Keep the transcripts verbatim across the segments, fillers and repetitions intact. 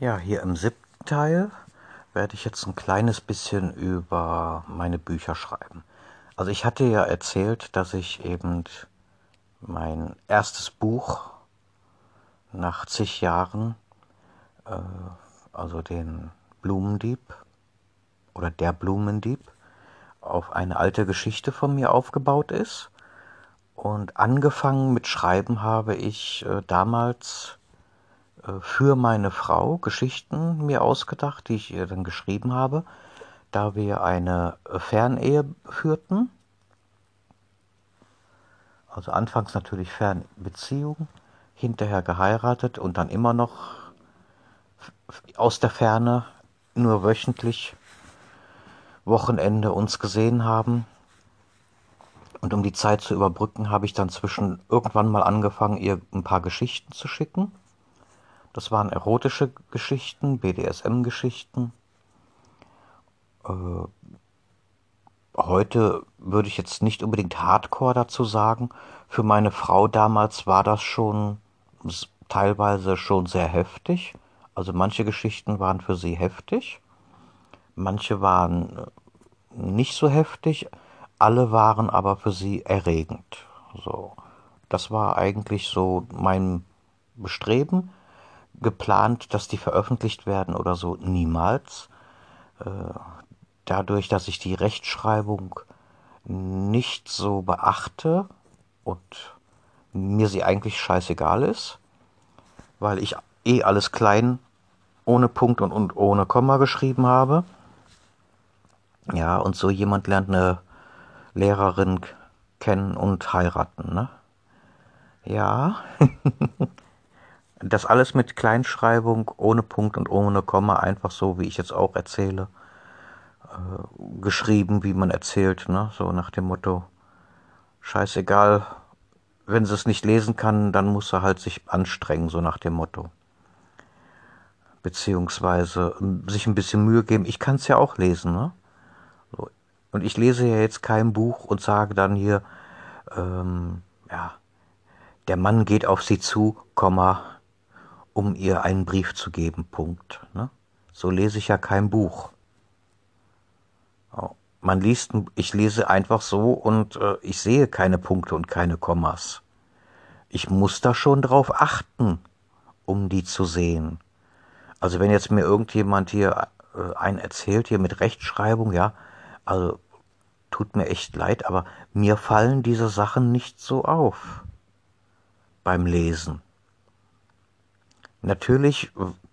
Ja, hier im siebten Teil werde ich jetzt ein kleines bisschen über meine Bücher schreiben. Also ich hatte ja erzählt, dass ich eben mein erstes Buch nach zig Jahren, also den Blumendieb oder der Blumendieb, auf eine alte Geschichte von mir aufgebaut ist. Und angefangen mit Schreiben habe ich äh, damals äh, für meine Frau Geschichten mir ausgedacht, die ich ihr dann geschrieben habe, da wir eine Fernehe führten. Also anfangs natürlich Fernbeziehung, hinterher geheiratet und dann immer noch aus der Ferne, nur wöchentlich, Wochenende uns gesehen haben. Und um die Zeit zu überbrücken, habe ich dann zwischen irgendwann mal angefangen, ihr ein paar Geschichten zu schicken. Das waren erotische Geschichten, B D S M-Geschichten. Äh, heute würde ich jetzt nicht unbedingt Hardcore dazu sagen. Für meine Frau damals war das schon teilweise schon sehr heftig. Also manche Geschichten waren für sie heftig, manche waren nicht so heftig, alle waren aber für sie erregend. So, das war eigentlich so mein Bestreben. Geplant, dass die veröffentlicht werden oder so, niemals. Dadurch, dass ich die Rechtschreibung nicht so beachte und mir sie eigentlich scheißegal ist, weil ich eh alles klein ohne Punkt und, und ohne Komma geschrieben habe. Ja, und so jemand lernt eine Lehrerin kennen und heiraten, ne? Ja, das alles mit Kleinschreibung, ohne Punkt und ohne Komma, einfach so, wie ich jetzt auch erzähle, geschrieben, wie man erzählt, ne? So nach dem Motto, scheißegal, wenn sie es nicht lesen kann, dann muss er halt sich anstrengen, so nach dem Motto. Beziehungsweise sich ein bisschen Mühe geben. Ich kann es ja auch lesen, ne? So. Und ich lese ja jetzt kein Buch und sage dann hier, ähm, ja, der Mann geht auf sie zu, Komma, um ihr einen Brief zu geben, Punkt. Ne? So lese ich ja kein Buch. Oh. Man liest, ich lese einfach so und äh, ich sehe keine Punkte und keine Kommas. Ich muss da schon drauf achten, um die zu sehen. Also wenn jetzt mir irgendjemand hier äh, einen erzählt, hier mit Rechtschreibung, ja, also tut mir echt leid, aber mir fallen diese Sachen nicht so auf beim Lesen. Natürlich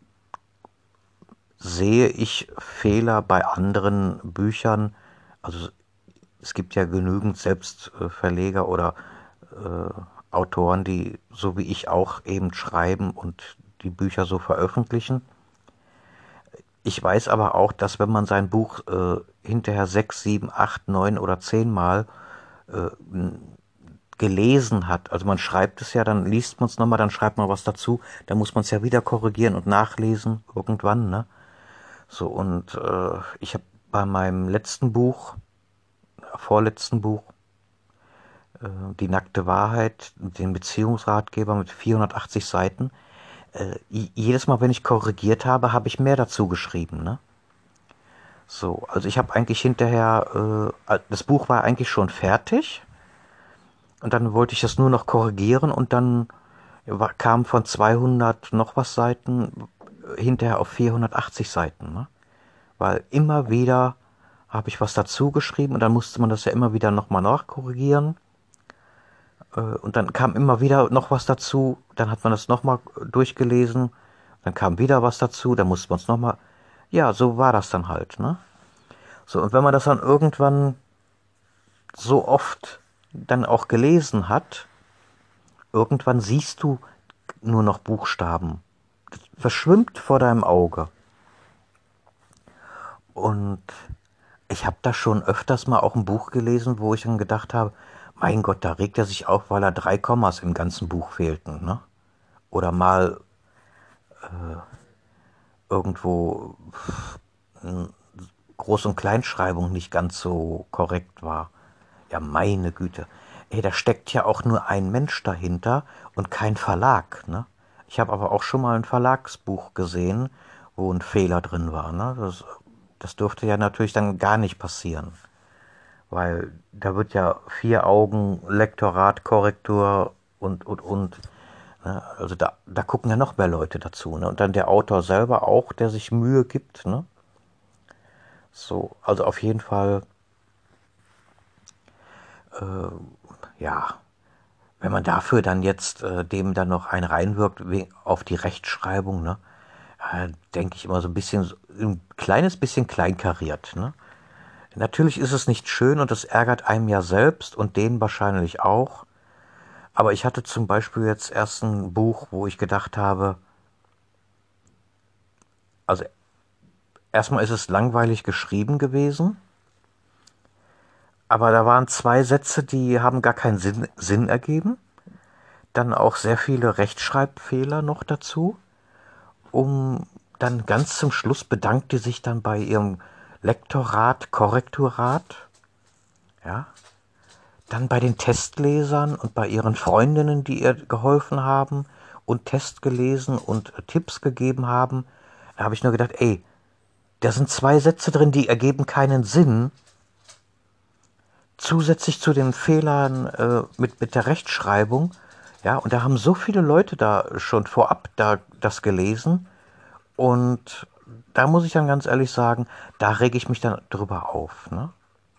sehe ich Fehler bei anderen Büchern. Also es gibt ja genügend Selbstverleger oder äh, Autoren, die so wie ich auch eben schreiben und die Bücher so veröffentlichen. Ich weiß aber auch, dass wenn man sein Buch äh, hinterher sechs, sieben, acht, neun oder zehn Mal äh, gelesen hat, also man schreibt es ja, dann liest man es nochmal, dann schreibt man was dazu, dann muss man es ja wieder korrigieren und nachlesen irgendwann, ne? So, und äh, ich habe bei meinem letzten Buch, vorletzten Buch, äh, Die nackte Wahrheit, den Beziehungsratgeber mit vierhundertachtzig Seiten, äh, jedes Mal, wenn ich korrigiert habe, habe ich mehr dazu geschrieben, ne? So, also ich habe eigentlich hinterher, äh, das Buch war eigentlich schon fertig und dann wollte ich das nur noch korrigieren und dann war, kam von zweihundert noch was Seiten hinterher auf vierhundertachtzig Seiten, ne? Weil immer wieder habe ich was dazu geschrieben und dann musste man das ja immer wieder nochmal nachkorrigieren. Äh, und dann kam immer wieder noch was dazu, dann hat man das nochmal durchgelesen, dann kam wieder was dazu, dann musste man es nochmal. Ja, so war das dann halt, ne? So, und wenn man das dann irgendwann so oft dann auch gelesen hat, irgendwann siehst du nur noch Buchstaben. Das verschwimmt vor deinem Auge. Und ich habe da schon öfters mal auch ein Buch gelesen, wo ich dann gedacht habe, mein Gott, da regt er sich auf, weil er drei Kommas im ganzen Buch fehlten, ne? Oder mal irgendwo Groß- und Kleinschreibung nicht ganz so korrekt war. Ja, meine Güte. Ey, da steckt ja auch nur ein Mensch dahinter und kein Verlag, ne? Ich habe aber auch schon mal ein Verlagsbuch gesehen, wo ein Fehler drin war. Ne? Das, das dürfte ja natürlich dann gar nicht passieren. Weil da wird ja vier Augen, Lektorat, Korrektur und, und, und. Ne? Also da, da gucken ja noch mehr Leute dazu. Ne? Und dann der Autor selber auch, der sich Mühe gibt. Ne? So, also auf jeden Fall, äh, ja, wenn man dafür dann jetzt äh, dem dann noch einen reinwirkt auf die Rechtschreibung, ne, äh, denke ich immer so ein bisschen, so ein kleines bisschen kleinkariert. Ne? Natürlich ist es nicht schön und das ärgert einem ja selbst und den wahrscheinlich auch. Aber ich hatte zum Beispiel jetzt erst ein Buch, wo ich gedacht habe, also erstmal ist es langweilig geschrieben gewesen, aber da waren zwei Sätze, die haben gar keinen Sinn, Sinn ergeben. Dann auch sehr viele Rechtschreibfehler noch dazu. Um dann ganz zum Schluss bedankte sich dann bei ihrem Lektorat, Korrektorat, ja, dann bei den Testlesern und bei ihren Freundinnen, die ihr geholfen haben und Test gelesen und Tipps gegeben haben. Da habe ich nur gedacht, ey, da sind zwei Sätze drin, die ergeben keinen Sinn. Zusätzlich zu den Fehlern äh, mit, mit der Rechtschreibung. Ja, und da haben so viele Leute da schon vorab da, das gelesen. Und da muss ich dann ganz ehrlich sagen, da rege ich mich dann drüber auf. Ne?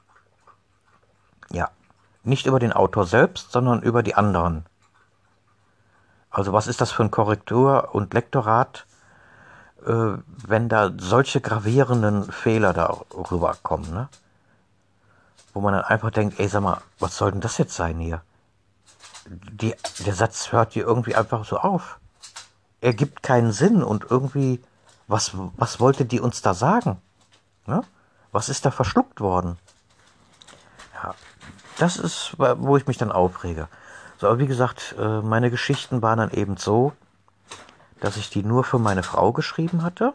Ja, nicht über den Autor selbst, sondern über die anderen. Also was ist das für ein Korrektur- und Lektorat, äh, wenn da solche gravierenden Fehler darüber kommen, ne? Wo man dann einfach denkt, ey, sag mal, was soll denn das jetzt sein hier? Die, der Satz hört hier irgendwie einfach so auf. Er gibt keinen Sinn und irgendwie, was, was wollte die uns da sagen? Ne? Was ist da verschluckt worden? Ja, das ist, wo ich mich dann aufrege. So, aber wie gesagt, äh, meine Geschichten waren dann eben so, dass ich die nur für meine Frau geschrieben hatte.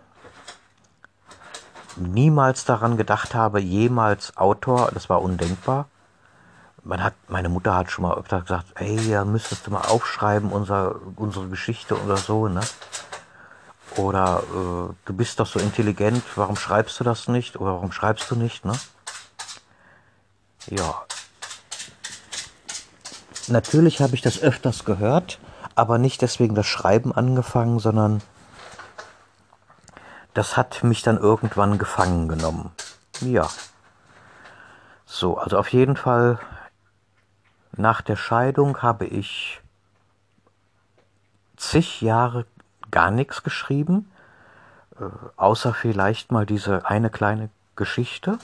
Niemals daran gedacht habe, jemals Autor, das war undenkbar. Man hat, meine Mutter hat schon mal öfter gesagt, ey, ja, müsstest du mal aufschreiben, unser, unsere Geschichte oder so, ne? Oder äh, du bist doch so intelligent, warum schreibst du das nicht? Oder warum schreibst du nicht, ne? Ja, natürlich habe ich das öfters gehört, aber nicht deswegen das Schreiben angefangen, sondern das hat mich dann irgendwann gefangen genommen. Ja, so, also auf jeden Fall nach der Scheidung habe ich zig Jahre gar nichts geschrieben, äh, außer vielleicht mal diese eine kleine Geschichte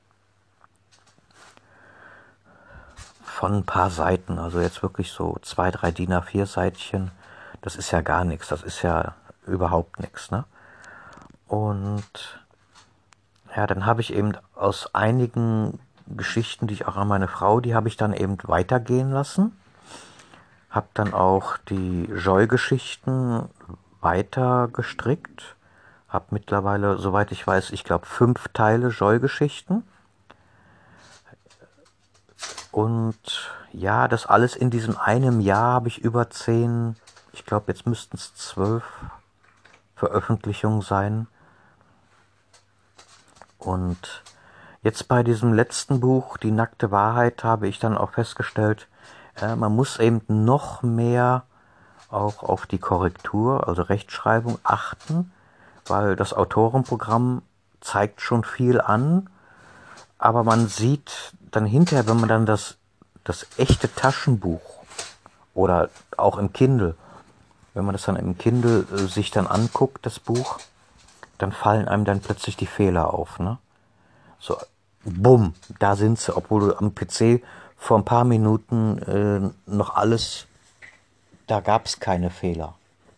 von ein paar Seiten, also jetzt wirklich so zwei, drei D I N A vier Seitchen, das ist ja gar nichts, das ist ja überhaupt nichts, ne? Und ja, dann habe ich eben aus einigen Geschichten, die ich auch an meine Frau, die habe ich dann eben weitergehen lassen. Habe dann auch die Joy-Geschichten weiter gestrickt. Habe mittlerweile, soweit ich weiß, ich glaube fünf Teile Joy-Geschichten. Und ja, das alles in diesem einem Jahr habe ich über zehn, ich glaube jetzt müssten es zwölf Veröffentlichungen sein. Und jetzt bei diesem letzten Buch, Die nackte Wahrheit, habe ich dann auch festgestellt, äh, man muss eben noch mehr auch auf die Korrektur, also Rechtschreibung, achten, weil das Autorenprogramm zeigt schon viel an, aber man sieht dann hinterher, wenn man dann das, das echte Taschenbuch oder auch im Kindle, wenn man das dann im Kindle äh, sich dann anguckt, das Buch, dann fallen einem dann plötzlich die Fehler auf, ne? So, bumm, da sind sie, obwohl du am P C vor ein paar Minuten äh, noch alles, da gab es keine Fehler.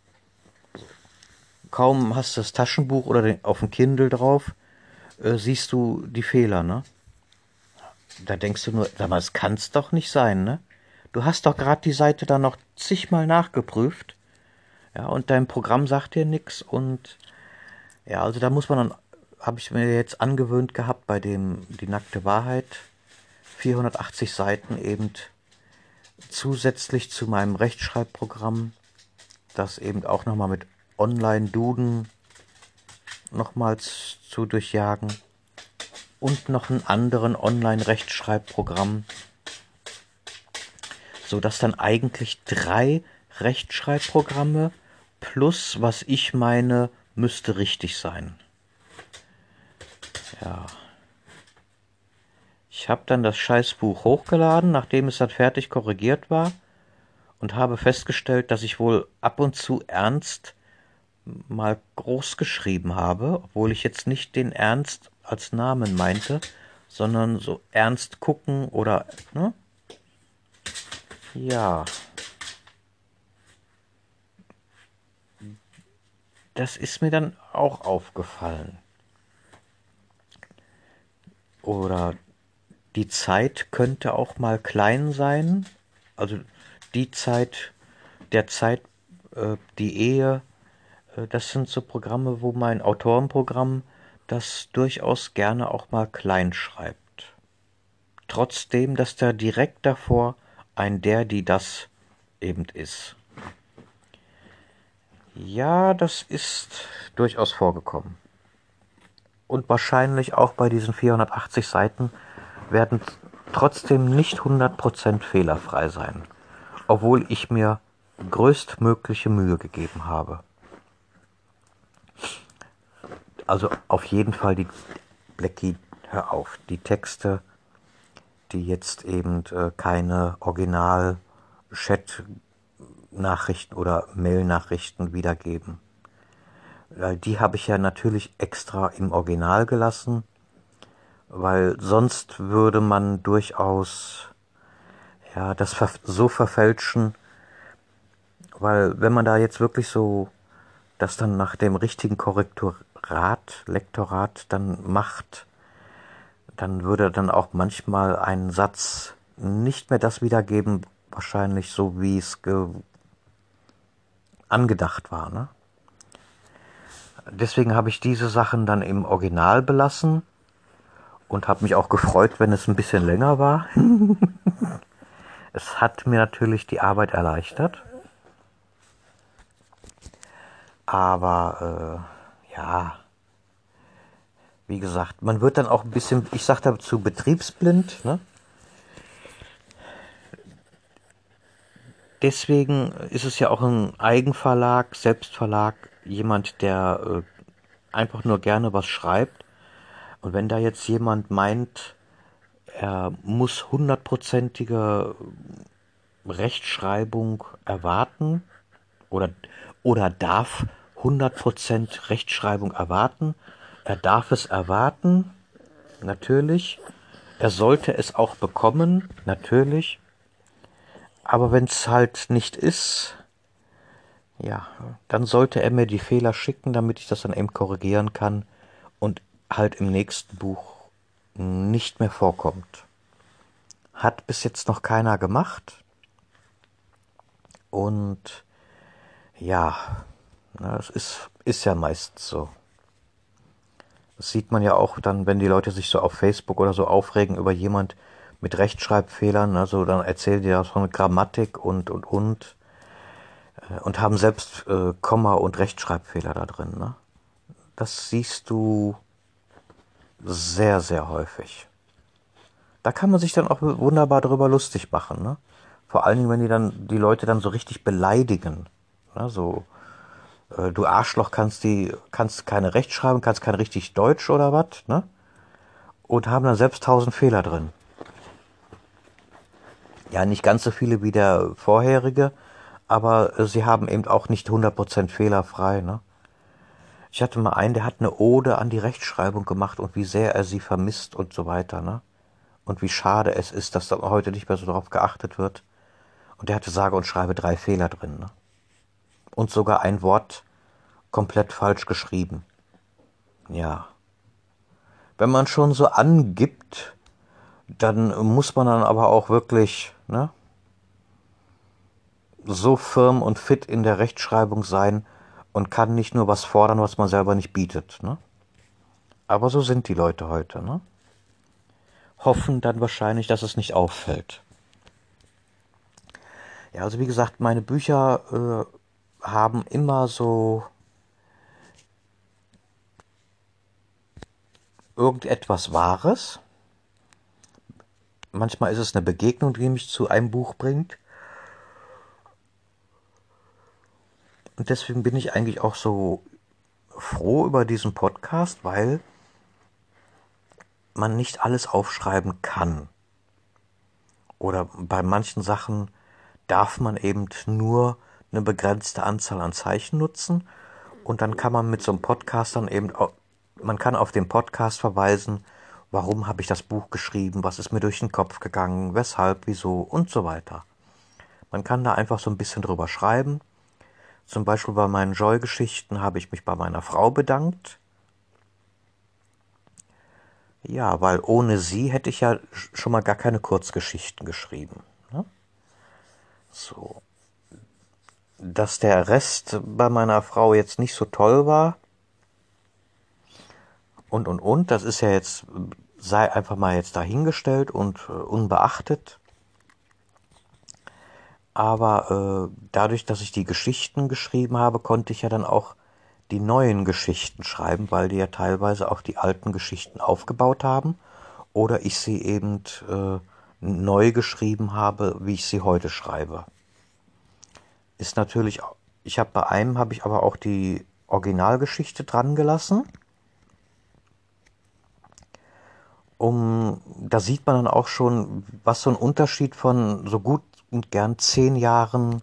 Kaum hast du das Taschenbuch oder den, auf dem Kindle drauf, äh, siehst du die Fehler, ne? Da denkst du nur, sag mal, das kann's doch nicht sein, ne? Du hast doch gerade die Seite da noch zigmal nachgeprüft, ja, und dein Programm sagt dir nichts und ja, also da muss man dann, habe ich mir jetzt angewöhnt gehabt bei dem Die nackte Wahrheit, vierhundertachtzig Seiten eben zusätzlich zu meinem Rechtschreibprogramm, das eben auch nochmal mit Online-Duden nochmals zu durchjagen und noch einen anderen Online-Rechtschreibprogramm, sodass dann eigentlich drei Rechtschreibprogramme plus, was ich meine, müsste richtig sein. Ja. Ich habe dann das Scheißbuch hochgeladen, nachdem es dann fertig korrigiert war, und habe festgestellt, dass ich wohl ab und zu Ernst mal groß geschrieben habe, obwohl ich jetzt nicht den Ernst als Namen meinte, sondern so Ernst gucken oder, ne? Ja, das ist mir dann auch aufgefallen. Oder die Zeit könnte auch mal klein sein, also die Zeit, der Zeit, äh, die Ehe, äh, das sind so Programme, wo mein Autorenprogramm das durchaus gerne auch mal klein schreibt. Trotzdem, dass da direkt davor ein der, die das eben ist. Ja, das ist durchaus vorgekommen. Und wahrscheinlich auch bei diesen vierhundertachtzig Seiten werden trotzdem nicht hundert Prozent fehlerfrei sein, obwohl ich mir größtmögliche Mühe gegeben habe. Also auf jeden Fall die Blackie, hör auf, die Texte, die jetzt eben äh, keine Original-Chat-Nachrichten oder Mail-Nachrichten wiedergeben. Weil die habe ich ja natürlich extra im Original gelassen, weil sonst würde man durchaus ja, das so verfälschen, weil wenn man da jetzt wirklich so das dann nach dem richtigen Korrektorat, Lektorat dann macht, dann würde dann auch manchmal ein Satz nicht mehr das wiedergeben, wahrscheinlich so wie es angedacht war. Ne? Deswegen habe ich diese Sachen dann im Original belassen und habe mich auch gefreut, wenn es ein bisschen länger war. Es hat mir natürlich die Arbeit erleichtert. Aber äh, ja, wie gesagt, man wird dann auch ein bisschen, ich sage dazu betriebsblind. Ne? Deswegen ist es ja auch ein Eigenverlag, Selbstverlag, jemand, der äh, einfach nur gerne was schreibt. Und wenn da jetzt jemand meint, er muss hundertprozentige Rechtschreibung erwarten oder, oder darf hundert Prozent Rechtschreibung erwarten, er darf es erwarten, natürlich. Er sollte es auch bekommen, natürlich. Aber wenn es halt nicht ist, ja, dann sollte er mir die Fehler schicken, damit ich das dann eben korrigieren kann und halt im nächsten Buch nicht mehr vorkommt. Hat bis jetzt noch keiner gemacht. Und ja, es ist, ist ja meist so. Das sieht man ja auch dann, wenn die Leute sich so auf Facebook oder so aufregen über jemand mit Rechtschreibfehlern. Also dann erzählen die das von Grammatik und, und, und. Und haben selbst äh, Komma- und Rechtschreibfehler da drin. Ne? Das siehst du sehr, sehr häufig. Da kann man sich dann auch wunderbar darüber lustig machen. Ne? Vor allen Dingen, wenn die dann die Leute dann so richtig beleidigen. Ne? So, äh, du Arschloch kannst die, kannst keine Rechtschreibung, kannst kein richtig Deutsch oder was, ne? Und haben dann selbst tausend Fehler drin. Ja, nicht ganz so viele wie der vorherige, aber äh, sie haben eben auch nicht hundert Prozent fehlerfrei. Ne? Ich hatte mal einen, der hat eine Ode an die Rechtschreibung gemacht und wie sehr er sie vermisst und so weiter. Ne? Und wie schade es ist, dass da heute nicht mehr so darauf geachtet wird. Und der hatte sage und schreibe drei Fehler drin. Ne? Und sogar ein Wort komplett falsch geschrieben. Ja. Wenn man schon so angibt, dann muss man dann aber auch wirklich, ne, so firm und fit in der Rechtschreibung sein und kann nicht nur was fordern, was man selber nicht bietet. Ne? Aber so sind die Leute heute. Ne? Hoffen dann wahrscheinlich, dass es nicht auffällt. Ja, also wie gesagt, meine Bücher äh, haben immer so irgendetwas Wahres. Manchmal ist es eine Begegnung, die mich zu einem Buch bringt. Und deswegen bin ich eigentlich auch so froh über diesen Podcast, weil man nicht alles aufschreiben kann. Oder bei manchen Sachen darf man eben nur eine begrenzte Anzahl an Zeichen nutzen. Und dann kann man mit so einem Podcast dann eben, auch, man kann auf den Podcast verweisen, warum habe ich das Buch geschrieben, was ist mir durch den Kopf gegangen, weshalb, wieso und so weiter. Man kann da einfach so ein bisschen drüber schreiben. Zum Beispiel bei meinen Joy-Geschichten habe ich mich bei meiner Frau bedankt. Ja, weil ohne sie hätte ich ja schon mal gar keine Kurzgeschichten geschrieben. Ne? So. Dass der Rest bei meiner Frau jetzt nicht so toll war und und und, das ist ja jetzt, sei einfach mal jetzt dahingestellt und äh, unbeachtet. Aber äh, dadurch, dass ich die Geschichten geschrieben habe, konnte ich ja dann auch die neuen Geschichten schreiben, weil die ja teilweise auf die alten Geschichten aufgebaut haben oder ich sie eben äh, neu geschrieben habe, wie ich sie heute schreibe. Ist natürlich, ich habe bei einem habe ich aber auch die Originalgeschichte dran gelassen. Um, da sieht man dann auch schon, was so ein Unterschied von so gut und gern zehn Jahren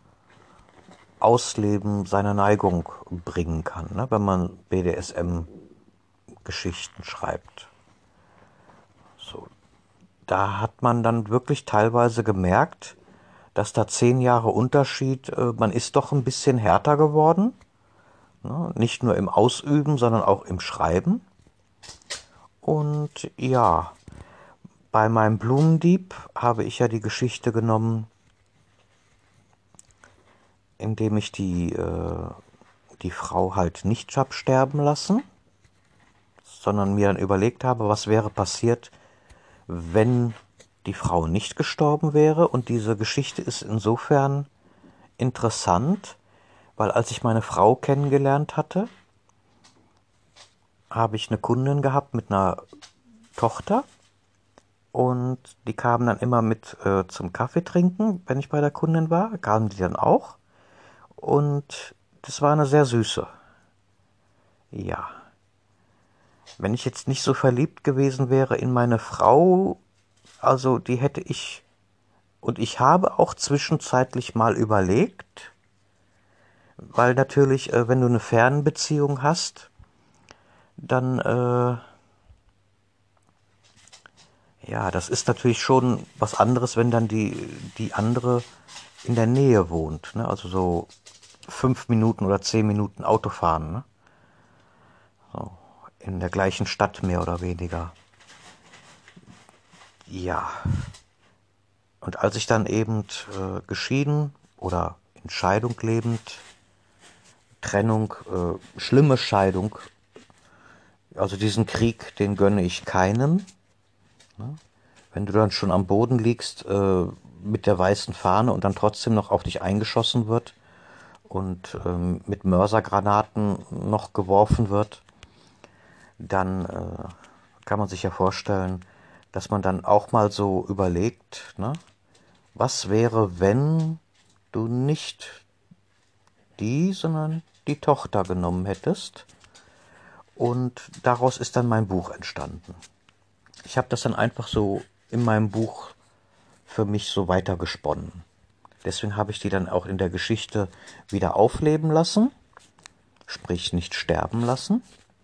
Ausleben seiner Neigung bringen kann, ne, wenn man B D S M-Geschichten schreibt. So, da hat man dann wirklich teilweise gemerkt, dass da zehn Jahre Unterschied, äh, man ist doch ein bisschen härter geworden, ne, nicht nur im Ausüben, sondern auch im Schreiben. Und ja, bei meinem Blumendieb habe ich ja die Geschichte genommen, indem ich die, äh, die Frau halt nicht hab sterben lassen, sondern mir dann überlegt habe, was wäre passiert, wenn die Frau nicht gestorben wäre. Und diese Geschichte ist insofern interessant, weil als ich meine Frau kennengelernt hatte, habe ich eine Kundin gehabt mit einer Tochter und die kamen dann immer mit äh, zum Kaffee trinken, wenn ich bei der Kundin war, kamen die dann auch und das war eine sehr süße. Ja, wenn ich jetzt nicht so verliebt gewesen wäre in meine Frau, also die hätte ich, und ich habe auch zwischenzeitlich mal überlegt, weil natürlich, äh, wenn du eine Fernbeziehung hast, dann, äh, ja, das ist natürlich schon was anderes, wenn dann die, die andere in der Nähe wohnt, ne? Also so fünf Minuten oder zehn Minuten Autofahren, ne? So, in der gleichen Stadt mehr oder weniger. Ja, und als ich dann eben äh, geschieden oder in Scheidung lebend, Trennung, äh, schlimme Scheidung, also diesen Krieg, den gönne ich keinem. Ne? Wenn du dann schon am Boden liegst äh, mit der weißen Fahne und dann trotzdem noch auf dich eingeschossen wird und ähm, mit Mörsergranaten noch geworfen wird, dann äh, kann man sich ja vorstellen, dass man dann auch mal so überlegt, ne? Was wäre, wenn du nicht die, sondern die Tochter genommen hättest? Und daraus ist dann mein Buch entstanden. Ich habe das dann einfach so in meinem Buch für mich so weitergesponnen. Deswegen habe ich die dann auch in der Geschichte wieder aufleben lassen, sprich nicht sterben lassen.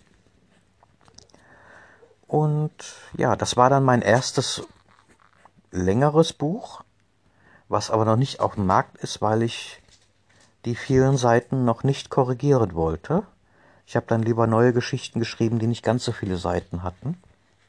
Und ja, das war dann mein erstes längeres Buch, was aber noch nicht auf dem Markt ist, weil ich die vielen Seiten noch nicht korrigieren wollte. Ich habe dann lieber neue Geschichten geschrieben, die nicht ganz so viele Seiten hatten.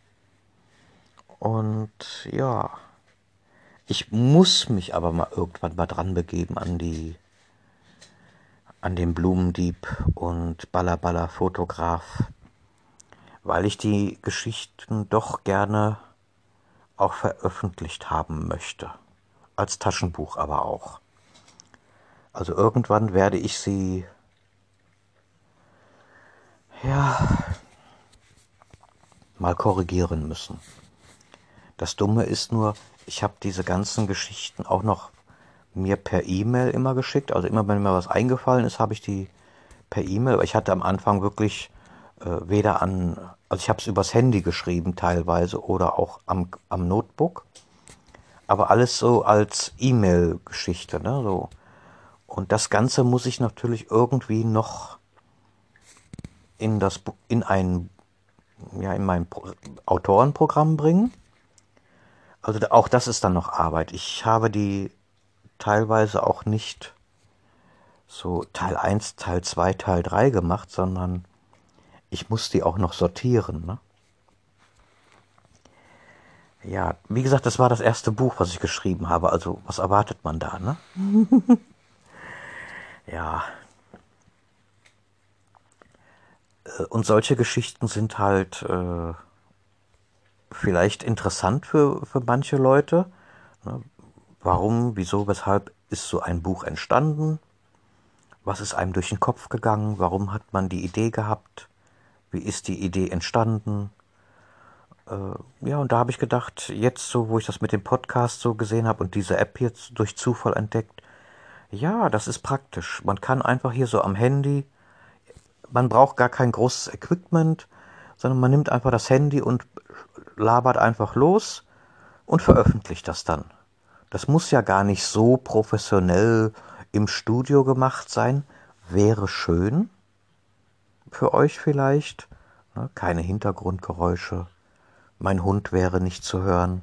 Und ja, ich muss mich aber mal irgendwann mal dran begeben an die, an den Blumendieb und Balla Balla Fotograf, weil ich die Geschichten doch gerne auch veröffentlicht haben möchte. Als Taschenbuch aber auch. Also irgendwann werde ich sie, ja, mal korrigieren müssen. Das Dumme ist nur, ich habe diese ganzen Geschichten auch noch mir per E-Mail immer geschickt. Also immer, wenn mir was eingefallen ist, habe ich die per E-Mail. Aber ich hatte am Anfang wirklich äh, weder an, also ich habe es übers Handy geschrieben teilweise oder auch am, am Notebook. Aber alles so als E-Mail-Geschichte, ne? So. Und das Ganze muss ich natürlich irgendwie noch in das in ein ja in mein Pro Autorenprogramm bringen. Also auch das ist dann noch Arbeit. Ich habe die teilweise auch nicht so Teil eins, Teil zwei, Teil drei gemacht, sondern ich muss die auch noch sortieren. Ne? Ja, wie gesagt, das war das erste Buch, was ich geschrieben habe. Also was erwartet man da? Ne? Ja, und solche Geschichten sind halt äh, vielleicht interessant für, für manche Leute. Ne? Warum, wieso, weshalb ist so ein Buch entstanden? Was ist einem durch den Kopf gegangen? Warum hat man die Idee gehabt? Wie ist die Idee entstanden? Äh, ja, und da habe ich gedacht, jetzt so, wo ich das mit dem Podcast so gesehen habe und diese App jetzt durch Zufall entdeckt, ja, das ist praktisch. Man kann einfach hier so am Handy, man braucht gar kein großes Equipment, sondern man nimmt einfach das Handy und labert einfach los und veröffentlicht das dann. Das muss ja gar nicht so professionell im Studio gemacht sein. Wäre schön für euch vielleicht. Ne? Keine Hintergrundgeräusche. Mein Hund wäre nicht zu hören.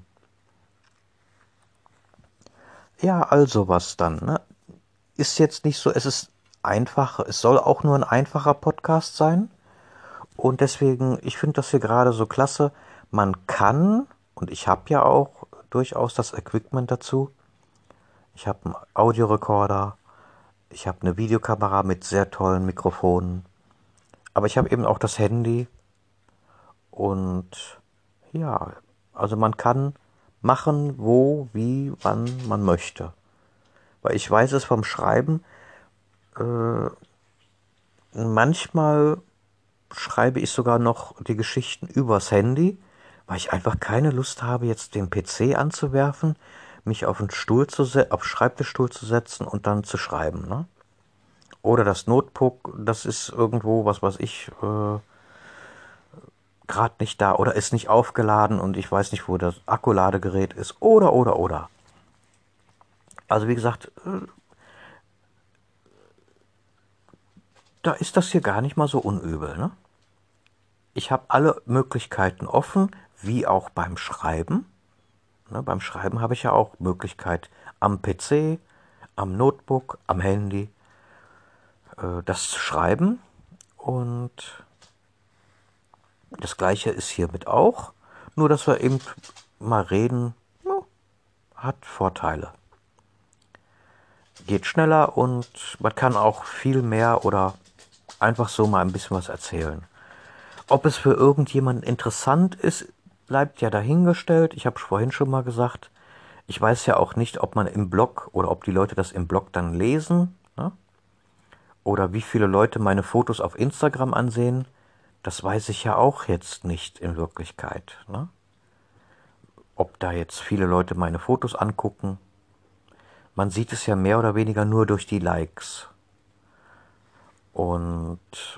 Ja, also was dann. Ne? Ist jetzt nicht so, es ist einfach, es soll auch nur ein einfacher Podcast sein. Und deswegen, ich finde das hier gerade so klasse. Man kann, und ich habe ja auch durchaus das Equipment dazu. Ich habe einen Audiorekorder, ich habe eine Videokamera mit sehr tollen Mikrofonen. Aber ich habe eben auch das Handy und ja, also man kann machen, wo, wie, wann man möchte. Weil ich weiß es vom Schreiben, äh, manchmal schreibe ich sogar noch die Geschichten übers Handy, weil ich einfach keine Lust habe, jetzt den P C anzuwerfen, mich auf einen Stuhl zu se- auf Schreibtischstuhl zu setzen und dann zu schreiben, ne? Oder das Notebook, das ist irgendwo, was weiß ich, äh, gerade nicht da oder ist nicht aufgeladen und ich weiß nicht, wo das Akkuladegerät ist. Oder, oder, oder. Also wie gesagt, äh, da ist das hier gar nicht mal so unübel, ne? Ich habe alle Möglichkeiten offen, wie auch beim Schreiben. Ne, beim Schreiben habe ich ja auch Möglichkeit am P C, am Notebook, am Handy, äh, das zu schreiben. Und das gleiche ist hiermit auch. Nur, dass wir eben mal reden, ja, hat Vorteile. Geht schneller und man kann auch viel mehr oder einfach so mal ein bisschen was erzählen. Ob es für irgendjemanden interessant ist, bleibt ja dahingestellt. Ich habe vorhin schon mal gesagt, ich weiß ja auch nicht, ob man im Blog oder ob die Leute das im Blog dann lesen, ne? Oder wie viele Leute meine Fotos auf Instagram ansehen. Das weiß ich ja auch jetzt nicht in Wirklichkeit, ne? Ob da jetzt viele Leute meine Fotos angucken. Man sieht es ja mehr oder weniger nur durch die Likes. Und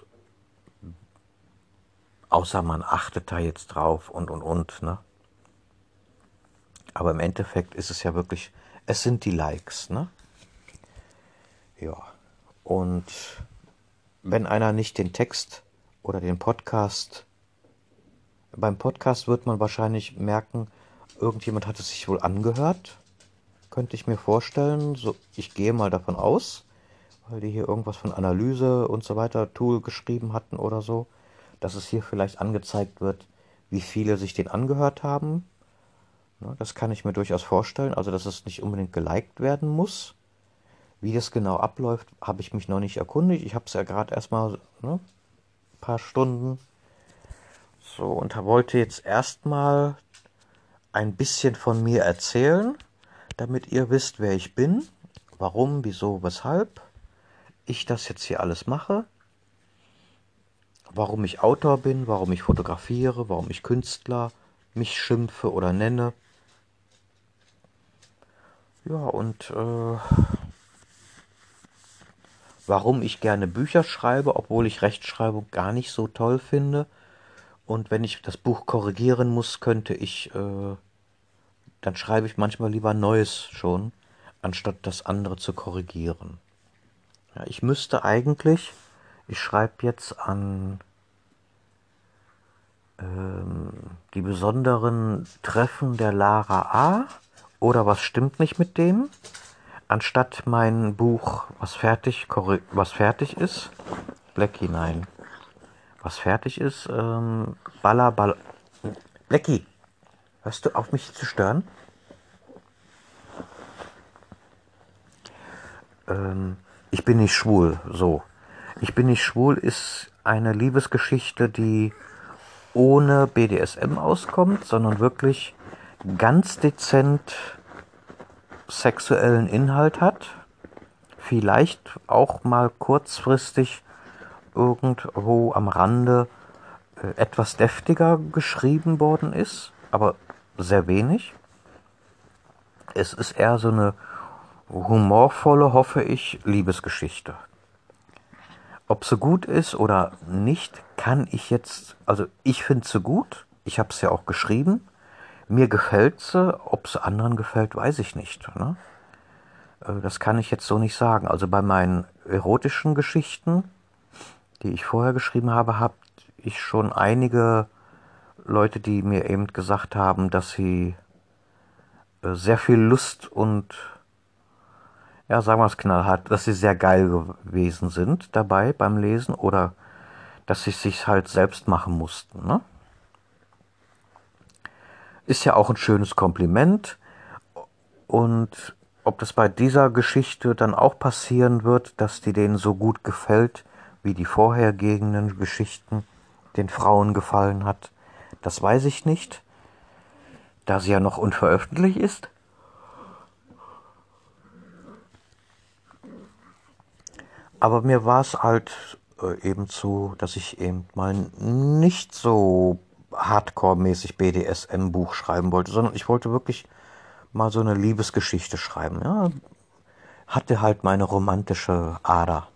außer man achtet da jetzt drauf und und und, ne? Aber im Endeffekt ist es ja wirklich, es sind die Likes, ne? Ja. Und wenn einer nicht den Text oder den Podcast, beim Podcast wird man wahrscheinlich merken, irgendjemand hat es sich wohl angehört, könnte ich mir vorstellen. So, ich gehe mal davon aus, weil die hier irgendwas von Analyse und so weiter Tool geschrieben hatten oder so, dass es hier vielleicht angezeigt wird, wie viele sich den angehört haben. Ne, das kann ich mir durchaus vorstellen, also dass es nicht unbedingt geliked werden muss. Wie das genau abläuft, habe ich mich noch nicht erkundigt. Ich habe es ja gerade erstmal, ne, ein paar Stunden. So, und wollte jetzt erstmal ein bisschen von mir erzählen, damit ihr wisst, wer ich bin, warum, wieso, weshalb ich das jetzt hier alles mache, warum ich Autor bin, warum ich fotografiere, warum ich Künstler mich schimpfe oder nenne. Ja, und äh, warum ich gerne Bücher schreibe, obwohl ich Rechtschreibung gar nicht so toll finde. Und wenn ich das Buch korrigieren muss, könnte ich, äh, dann schreibe ich manchmal lieber Neues schon, anstatt das andere zu korrigieren. Ja, ich müsste eigentlich, ich schreibe jetzt an ähm, die besonderen Treffen der Lara A. oder was stimmt nicht mit dem, anstatt mein Buch, was fertig, was fertig ist, Blackie, nein, was fertig ist, ähm, Baller, Baller, Blackie, hörst du auf mich zu stören? Ähm, ich bin nicht schwul, so. Ich bin nicht schwul ist eine Liebesgeschichte, die ohne B D S M auskommt, sondern wirklich ganz dezent sexuellen Inhalt hat. Vielleicht auch mal kurzfristig irgendwo am Rande äh, etwas deftiger geschrieben worden ist, aber sehr wenig. Es ist eher so eine humorvolle, hoffe ich, Liebesgeschichte. Ob sie gut ist oder nicht, kann ich jetzt, also ich finde sie gut, ich habe es ja auch geschrieben, mir gefällt sie, ob sie anderen gefällt, weiß ich nicht. Ne? Das kann ich jetzt so nicht sagen. Also bei meinen erotischen Geschichten, die ich vorher geschrieben habe, habe ich schon einige Leute, die mir eben gesagt haben, dass sie sehr viel Lust und, ja, sagen wir es knallhart, dass sie sehr geil gewesen sind dabei beim Lesen oder dass sie es sich halt selbst machen mussten. Ne? Ist ja auch ein schönes Kompliment. Und ob das bei dieser Geschichte dann auch passieren wird, dass die denen so gut gefällt, wie die vorhergehenden Geschichten den Frauen gefallen hat, das weiß ich nicht, da sie ja noch unveröffentlicht ist. Aber mir war es halt äh, eben so, dass ich eben mal nicht so hardcore-mäßig B D S M-Buch schreiben wollte, sondern ich wollte wirklich mal so eine Liebesgeschichte schreiben. Ja, hatte halt meine romantische Ader.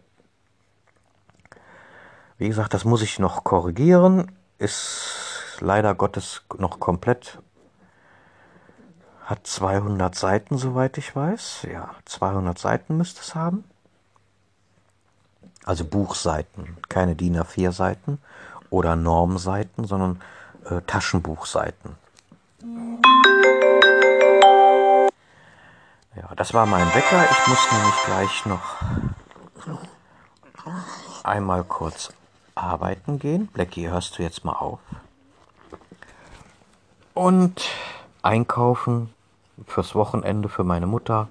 Wie gesagt, das muss ich noch korrigieren. Ist leider Gottes noch komplett. Hat zweihundert Seiten, soweit ich weiß. Ja, zweihundert Seiten müsste es haben. Also Buchseiten, keine D I N A vier Seiten oder Normseiten, sondern äh, Taschenbuchseiten. Ja, das war mein Wecker. Ich muss nämlich gleich noch einmal kurz arbeiten gehen. Blackie, hörst du jetzt mal auf? Und einkaufen fürs Wochenende für meine Mutter.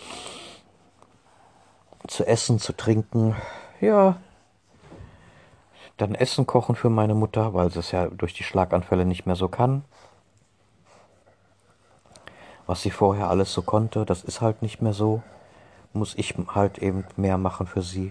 Zu essen, zu trinken. Ja, dann Essen kochen für meine Mutter, weil sie es ja durch die Schlaganfälle nicht mehr so kann. Was sie vorher alles so konnte, das ist halt nicht mehr so. Muss ich halt eben mehr machen für sie.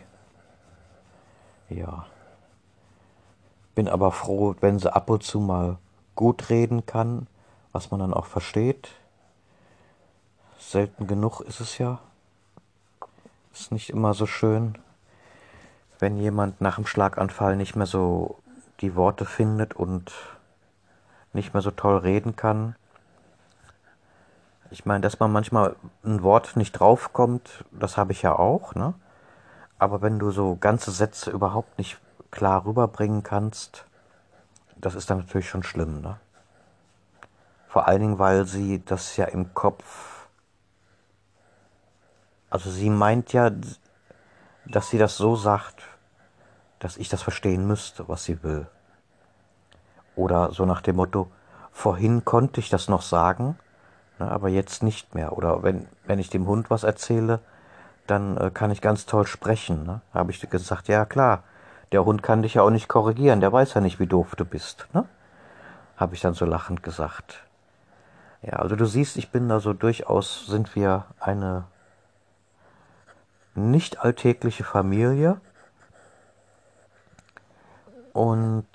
Ja. Bin aber froh, wenn sie ab und zu mal gut reden kann, was man dann auch versteht. Selten genug ist es ja. Ist nicht immer so schön, wenn jemand nach dem Schlaganfall nicht mehr so die Worte findet und nicht mehr so toll reden kann. Ich meine, dass man manchmal ein Wort nicht draufkommt, das habe ich ja auch, ne? Aber wenn du so ganze Sätze überhaupt nicht klar rüberbringen kannst, das ist dann natürlich schon schlimm, ne? Vor allen Dingen, weil sie das ja im Kopf, also sie meint ja, dass sie das so sagt, dass ich das verstehen müsste, was sie will. Oder so nach dem Motto, vorhin konnte ich das noch sagen, ne, aber jetzt nicht mehr. Oder wenn, wenn ich dem Hund was erzähle, dann äh, kann ich ganz toll sprechen. Ne? Habe ich gesagt, ja klar, der Hund kann dich ja auch nicht korrigieren, der weiß ja nicht, wie doof du bist. Ne? Habe ich dann so lachend gesagt. Ja, also du siehst, ich bin da so durchaus, sind wir eine nicht alltägliche Familie. Und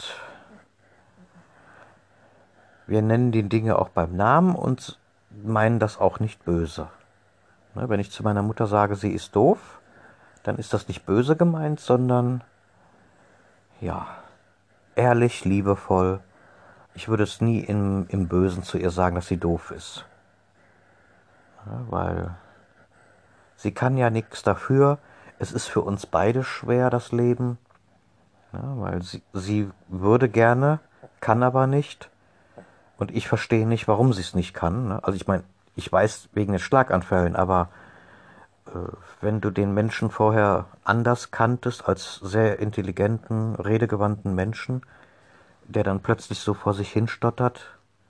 wir nennen die Dinge auch beim Namen und meinen das auch nicht böse. Ne, wenn ich zu meiner Mutter sage, sie ist doof, dann ist das nicht böse gemeint, sondern ja, ehrlich, liebevoll. Ich würde es nie im, im Bösen zu ihr sagen, dass sie doof ist. Ja, weil sie kann ja nichts dafür. Es ist für uns beide schwer, das Leben. Ja, weil sie, sie würde gerne, kann aber nicht. Und ich verstehe nicht, warum sie es nicht kann. Ne? Also ich meine, ich weiß wegen den Schlaganfällen, aber äh, wenn du den Menschen vorher anders kanntest, als sehr intelligenten, redegewandten Menschen, der dann plötzlich so vor sich hin stottert,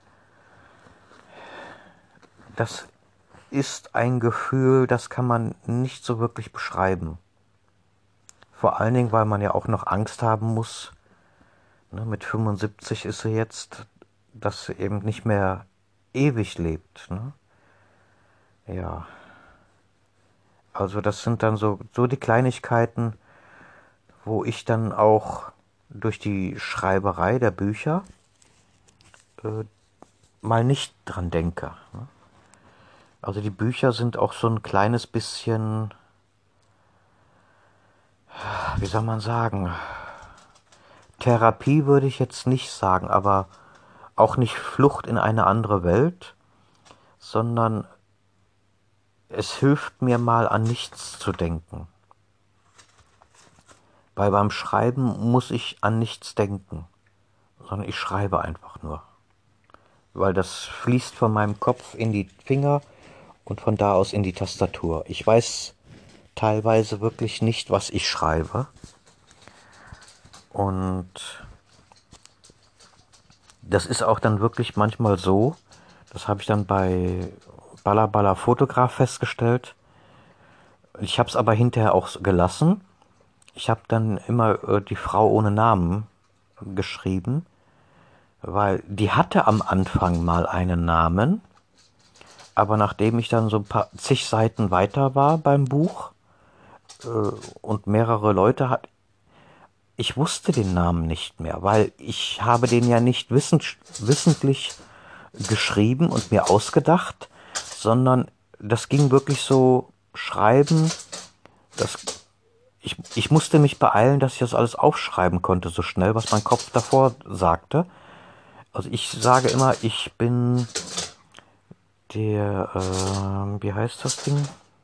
das ist ein Gefühl, das kann man nicht so wirklich beschreiben. Vor allen Dingen, weil man ja auch noch Angst haben muss. Ne, mit fünfundsiebzig ist sie jetzt, dass sie eben nicht mehr ewig lebt. Ne? Ja, also das sind dann so, so die Kleinigkeiten, wo ich dann auch durch die Schreiberei der Bücher äh, mal nicht dran denke. Ne? Also die Bücher sind auch so ein kleines bisschen, wie soll man sagen, Therapie würde ich jetzt nicht sagen, aber auch nicht Flucht in eine andere Welt, sondern es hilft mir mal an nichts zu denken. Weil beim Schreiben muss ich an nichts denken, sondern ich schreibe einfach nur. Weil das fließt von meinem Kopf in die Finger und von da aus in die Tastatur. Ich weiß teilweise wirklich nicht, was ich schreibe. Und das ist auch dann wirklich manchmal so, das habe ich dann bei Balla Balla Fotograf festgestellt. Ich habe es aber hinterher auch gelassen. Ich habe dann immer äh, die Frau ohne Namen geschrieben, weil die hatte am Anfang mal einen Namen, aber nachdem ich dann so ein paar zig Seiten weiter war beim Buch äh, und mehrere Leute hat, ich wusste den Namen nicht mehr, weil ich habe den ja nicht wissend, wissentlich geschrieben und mir ausgedacht, sondern das ging wirklich so schreiben, das, ich, ich musste mich beeilen, dass ich das alles aufschreiben konnte, so schnell, was mein Kopf davor sagte. Also ich sage immer, ich bin der, äh, wie heißt das Ding?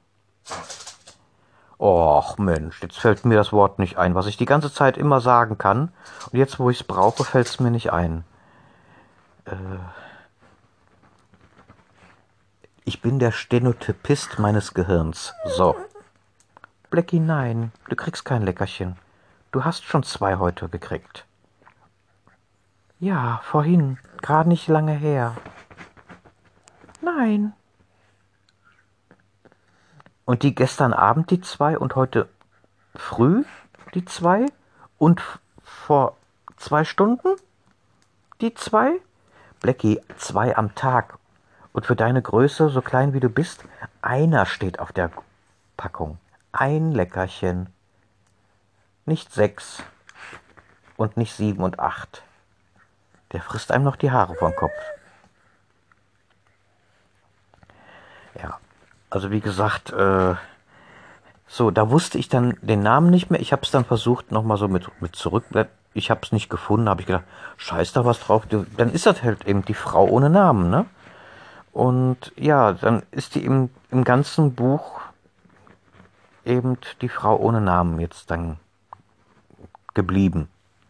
Och Mensch, jetzt fällt mir das Wort nicht ein, was ich die ganze Zeit immer sagen kann. Und jetzt, wo ich es brauche, fällt es mir nicht ein. Äh, ich bin der Stenotypist meines Gehirns. So. Blackie, nein, du kriegst kein Leckerchen. Du hast schon zwei heute gekriegt. Ja, vorhin, gerade nicht lange her. Nein. Und die gestern Abend die zwei und heute früh die zwei und vor zwei Stunden die zwei? Blackie, zwei am Tag. Und für deine Größe, so klein wie du bist, einer steht auf der Packung. Ein Leckerchen. Nicht sechs und nicht sieben und acht. Der frisst einem noch die Haare vom Kopf. Ja, also wie gesagt, äh, so, da wusste ich dann den Namen nicht mehr. Ich habe es dann versucht, nochmal so mit, mit zurück. Ich habe es nicht gefunden, habe ich gedacht, scheiß da was drauf. Dann ist das halt eben die Frau ohne Namen, ne? Und ja, dann ist die im, im ganzen Buch eben die Frau ohne Namen jetzt dann geblieben.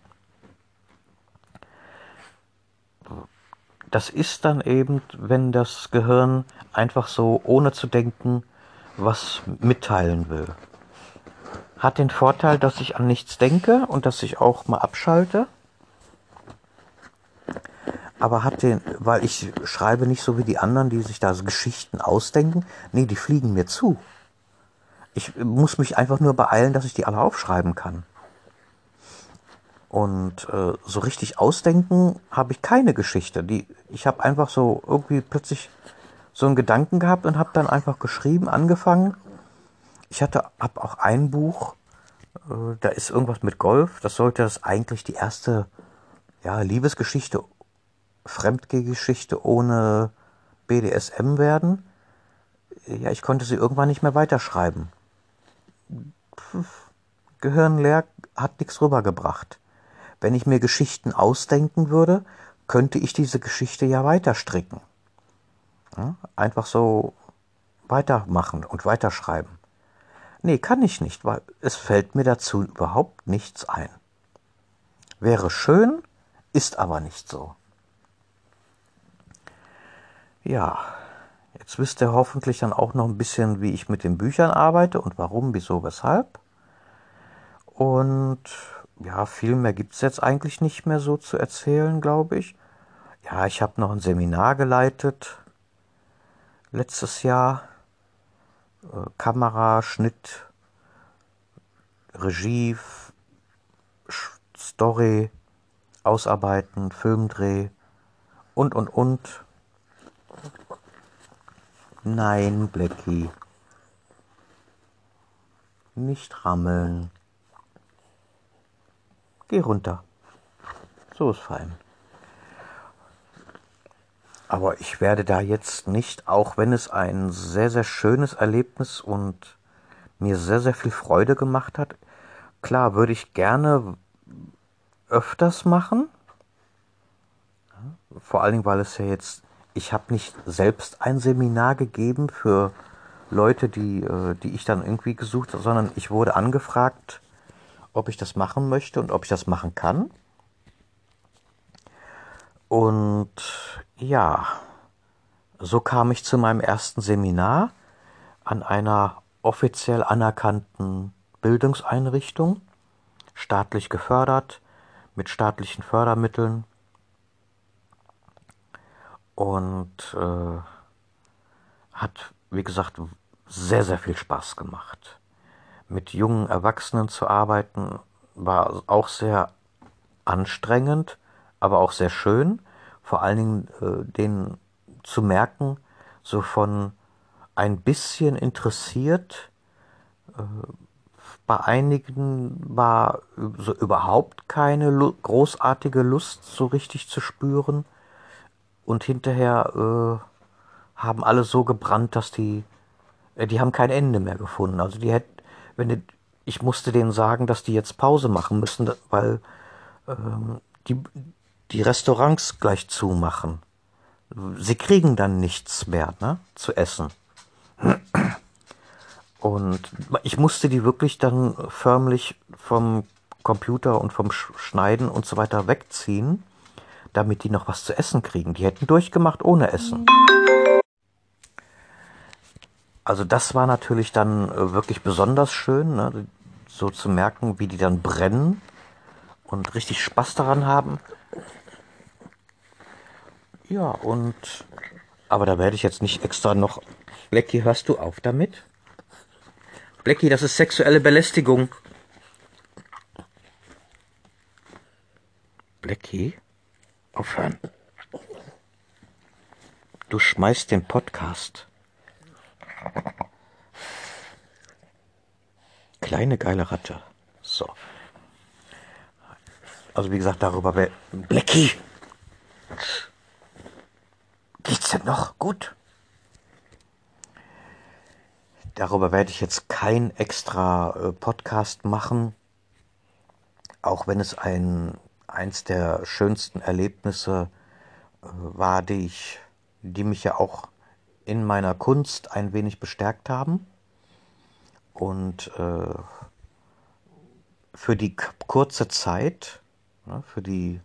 Das ist dann eben, wenn das Gehirn einfach so, ohne zu denken, was mitteilen will. Hat den Vorteil, dass ich an nichts denke und dass ich auch mal abschalte. Aber hat den, weil ich schreibe nicht so wie die anderen, die sich da so Geschichten ausdenken. Nee, die fliegen mir zu. Ich muss mich einfach nur beeilen, dass ich die alle aufschreiben kann. Und äh, so richtig ausdenken habe ich keine Geschichte. Die, ich habe einfach so irgendwie plötzlich so einen Gedanken gehabt und habe dann einfach geschrieben, angefangen. Ich hatte, habe auch ein Buch, Äh, da ist irgendwas mit Golf. Das sollte das eigentlich die erste, ja, Liebesgeschichte, Fremdgehgeschichte ohne B D S M werden. Ja, ich konnte sie irgendwann nicht mehr weiterschreiben. Gehirn leer, hat nichts rübergebracht. Wenn ich mir Geschichten ausdenken würde, könnte ich diese Geschichte ja weiter stricken. Ja, einfach so weitermachen und weiterschreiben. Nee, kann ich nicht, weil es fällt mir dazu überhaupt nichts ein. Wäre schön, ist aber nicht so. Ja, jetzt wisst ihr hoffentlich dann auch noch ein bisschen, wie ich mit den Büchern arbeite und warum, wieso, weshalb. Und ja, viel mehr gibt es jetzt eigentlich nicht mehr so zu erzählen, glaube ich. Ja, ich habe noch ein Seminar geleitet letztes Jahr. Äh, Kamera, Schnitt, Regie, Story, Ausarbeiten, Filmdreh und, und, und. Nein, Blackie. Nicht rammeln. Geh runter. So ist fein. Aber ich werde da jetzt nicht, auch wenn es ein sehr, sehr schönes Erlebnis und mir sehr, sehr viel Freude gemacht hat, klar, würde ich gerne öfters machen. Vor allen Dingen, weil es ja jetzt, ich habe nicht selbst ein Seminar gegeben für Leute, die, äh, die ich dann irgendwie gesucht habe, sondern ich wurde angefragt, ob ich das machen möchte und ob ich das machen kann. Und ja, so kam ich zu meinem ersten Seminar an einer offiziell anerkannten Bildungseinrichtung, staatlich gefördert, mit staatlichen Fördermitteln. Und äh, hat, wie gesagt, sehr, sehr viel Spaß gemacht. Mit jungen Erwachsenen zu arbeiten war auch sehr anstrengend, aber auch sehr schön. Vor allen Dingen äh, denen zu merken, so von ein bisschen interessiert. Bei einigen war so überhaupt keine Lu- großartige Lust so richtig zu spüren. Und hinterher äh, haben alle so gebrannt, dass die, äh, die haben kein Ende mehr gefunden. Also die hätten, wenn die, ich musste denen sagen, dass die jetzt Pause machen müssen, weil ähm, die, die Restaurants gleich zumachen. Sie kriegen dann nichts mehr, ne, zu essen. Und ich musste die wirklich dann förmlich vom Computer und vom Schneiden und so weiter wegziehen, damit die noch was zu essen kriegen. Die hätten durchgemacht ohne Essen. Also das war natürlich dann äh, wirklich besonders schön, ne? So zu merken, wie die dann brennen und richtig Spaß daran haben. Ja, und aber da werde ich jetzt nicht extra noch... Blackie, hörst du auf damit? Blackie, das ist sexuelle Belästigung. Blackie, aufhören. Du schmeißt den Podcast. Kleine geile Ratte. So. Also wie gesagt, darüber wäre... Blackie! Geht's denn noch? Gut. Darüber werde ich jetzt kein extra äh, Podcast machen. Auch wenn es ein, eins der schönsten Erlebnisse äh, war, die ich, die mich ja auch in meiner Kunst ein wenig bestärkt haben. Und äh, für die kurze Zeit, ne, für die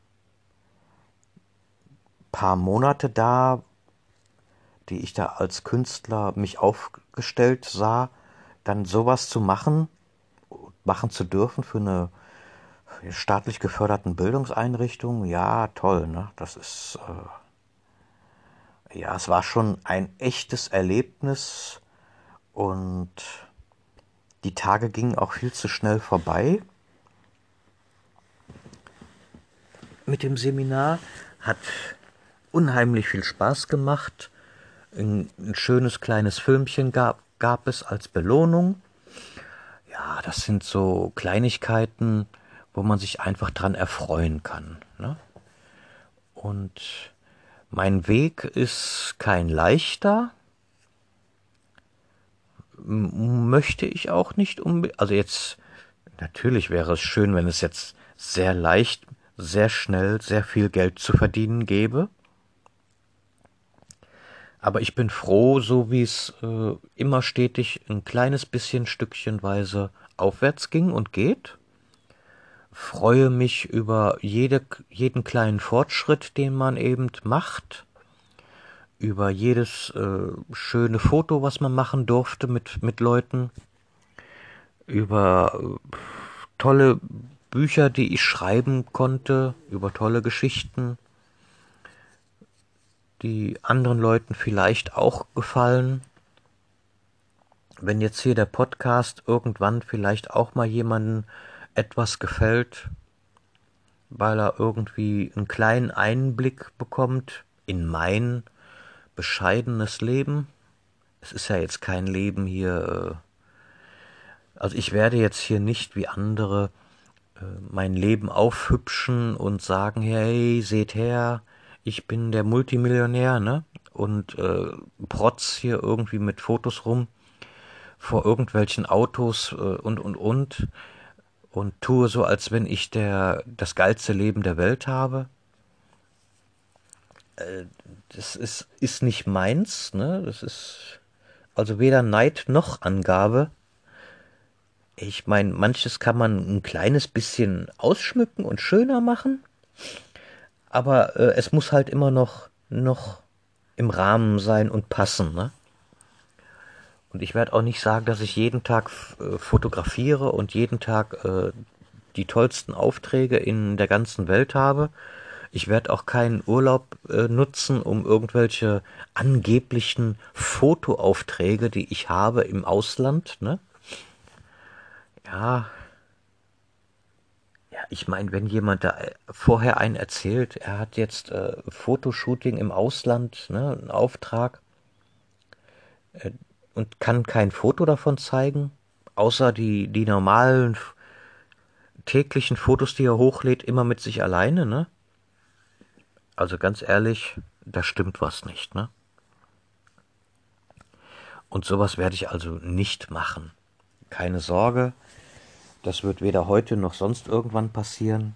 paar Monate da, die ich da als Künstler mich aufgestellt sah, dann sowas zu machen, machen zu dürfen für eine staatlich geförderten Bildungseinrichtung, ja, toll, ne? Das ist, äh, ja, es war schon ein echtes Erlebnis und die Tage gingen auch viel zu schnell vorbei. Mit dem Seminar hat unheimlich viel Spaß gemacht. Ein, ein schönes kleines Filmchen gab, gab es als Belohnung. Ja, das sind so Kleinigkeiten, wo man sich einfach dran erfreuen kann, ne? Und mein Weg ist kein leichter, m- möchte ich auch nicht unbedingt. Also jetzt, natürlich wäre es schön, wenn es jetzt sehr leicht, sehr schnell, sehr viel Geld zu verdienen gäbe. Aber ich bin froh, so wie es äh, immer stetig ein kleines bisschen stückchenweise aufwärts ging und geht. Freue mich über jede, jeden kleinen Fortschritt, den man eben macht. Über jedes äh, schöne Foto, was man machen durfte mit, mit Leuten. Über äh, tolle Bücher, die ich schreiben konnte. Über tolle Geschichten, die anderen Leuten vielleicht auch gefallen. Wenn jetzt hier der Podcast irgendwann vielleicht auch mal jemandem etwas gefällt, weil er irgendwie einen kleinen Einblick bekommt in mein bescheidenes Leben. Es ist ja jetzt kein Leben hier, äh, also ich werde jetzt hier nicht wie andere äh, mein Leben aufhübschen und sagen, hey, seht her, ich bin der Multimillionär, ne? Und äh, protz hier irgendwie mit Fotos rum vor irgendwelchen Autos äh, und und und und tue so, als wenn ich der das geilste Leben der Welt habe. Das ist ist nicht meins, ne? Das ist also weder Neid noch Angabe. Ich meine, manches kann man ein kleines bisschen ausschmücken und schöner machen, aber äh, es muss halt immer noch noch im Rahmen sein und passen, ne? Und ich werde auch nicht sagen, dass ich jeden Tag äh, fotografiere und jeden Tag äh, die tollsten Aufträge in der ganzen Welt habe. Ich werde auch keinen Urlaub äh, nutzen, um irgendwelche angeblichen Fotoaufträge, die ich habe im Ausland, ne? Ja, ja, ich meine, wenn jemand da äh, vorher einen erzählt, er hat jetzt äh, Fotoshooting im Ausland, ne, einen Auftrag, und kann kein Foto davon zeigen, außer die, die normalen täglichen Fotos, die er hochlädt, immer mit sich alleine, ne? Also ganz ehrlich, da stimmt was nicht, ne? Und sowas werde ich also nicht machen. Keine Sorge, das wird weder heute noch sonst irgendwann passieren,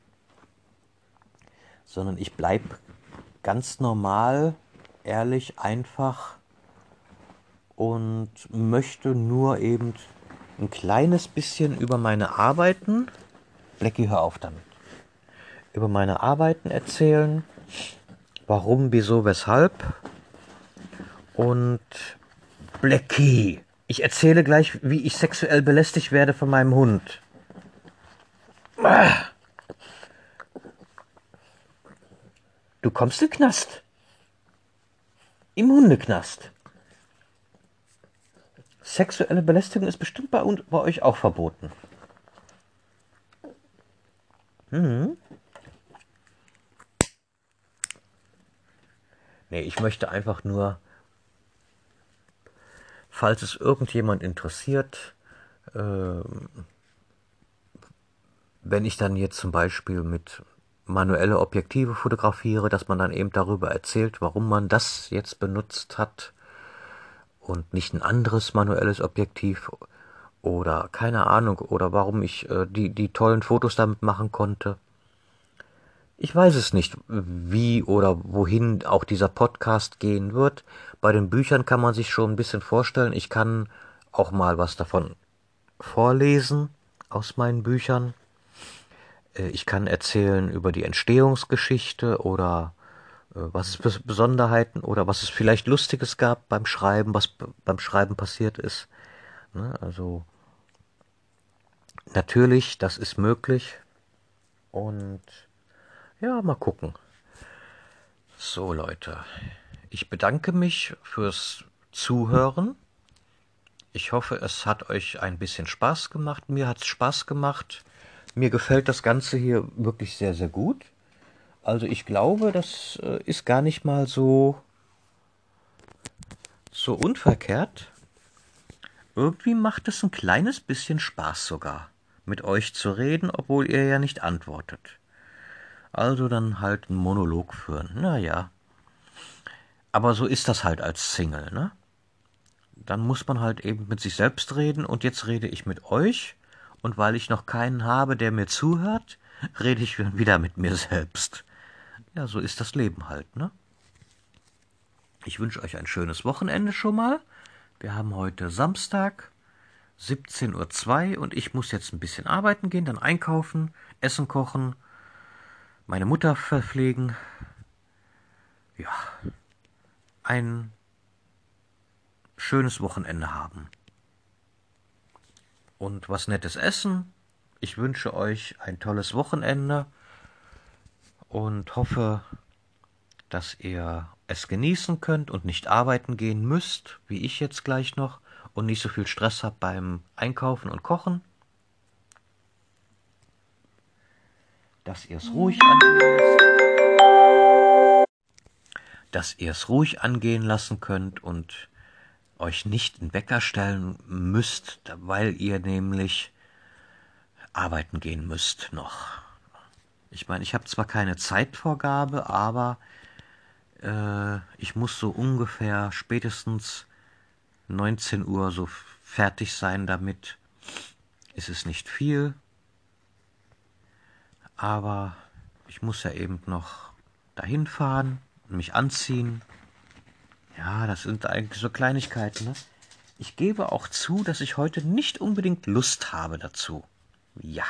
sondern ich bleibe ganz normal, ehrlich, einfach und möchte nur eben ein kleines bisschen über meine Arbeiten, Blackie, hör auf damit, über meine Arbeiten erzählen, warum, wieso, weshalb. Und Blackie, ich erzähle gleich, wie ich sexuell belästigt werde von meinem Hund. Du kommst in den Knast. Im Hundeknast. Sexuelle Belästigung ist bestimmt bei, bei euch auch verboten. Mhm. Nee, ich möchte einfach nur, falls es irgendjemand interessiert, äh, wenn ich dann jetzt zum Beispiel mit manuelle Objektive fotografiere, dass man dann eben darüber erzählt, warum man das jetzt benutzt hat und nicht ein anderes manuelles Objektiv oder keine Ahnung, oder warum ich äh, die, die tollen Fotos damit machen konnte. Ich weiß es nicht, wie oder wohin auch dieser Podcast gehen wird. Bei den Büchern kann man sich schon ein bisschen vorstellen. Ich kann auch mal was davon vorlesen aus meinen Büchern. Äh, Ich kann erzählen über die Entstehungsgeschichte oder äh, was es für Besonderheiten oder was es vielleicht Lustiges gab beim Schreiben, was beim Schreiben passiert ist. Ne? Also natürlich, das ist möglich. Und ja, mal gucken. So, Leute, ich bedanke mich fürs Zuhören. Ich hoffe, es hat euch ein bisschen Spaß gemacht. Mir hat es Spaß gemacht. Mir gefällt das Ganze hier wirklich sehr, sehr gut. Also ich glaube, das äh, ist gar nicht mal so, so unverkehrt. irgendwie macht es ein kleines bisschen Spaß sogar, mit euch zu reden, obwohl ihr ja nicht antwortet. Also dann halt einen Monolog führen. Naja. Aber so ist das halt als Single, ne? Dann muss man halt eben mit sich selbst reden und jetzt rede ich mit euch und weil ich noch keinen habe, der mir zuhört, rede ich wieder mit mir selbst. Ja, so ist das Leben halt, ne? Ich wünsche euch ein schönes Wochenende schon mal. Wir haben heute Samstag, siebzehn Uhr zwei und ich muss jetzt ein bisschen arbeiten gehen, dann einkaufen, Essen kochen, meine Mutter verpflegen. Ja, ein schönes Wochenende haben. Und was Nettes essen. Ich wünsche euch ein tolles Wochenende und hoffe, dass ihr es genießen könnt und nicht arbeiten gehen müsst, wie ich jetzt gleich noch, und nicht so viel Stress habt beim Einkaufen und Kochen. Dass ihr es ruhig angehen, dass ihr es ruhig angehen lassen könnt und euch nicht in den Wecker stellen müsst, weil ihr nämlich arbeiten gehen müsst noch. Ich meine, ich habe zwar keine Zeitvorgabe, aber äh, ich muss so ungefähr spätestens neunzehn Uhr so fertig sein damit. Es ist nicht viel, aber ich muss ja eben noch dahin fahren, mich anziehen. Ja, das sind eigentlich so Kleinigkeiten, ne? Ich gebe auch zu, dass ich heute nicht unbedingt Lust habe dazu. Ja.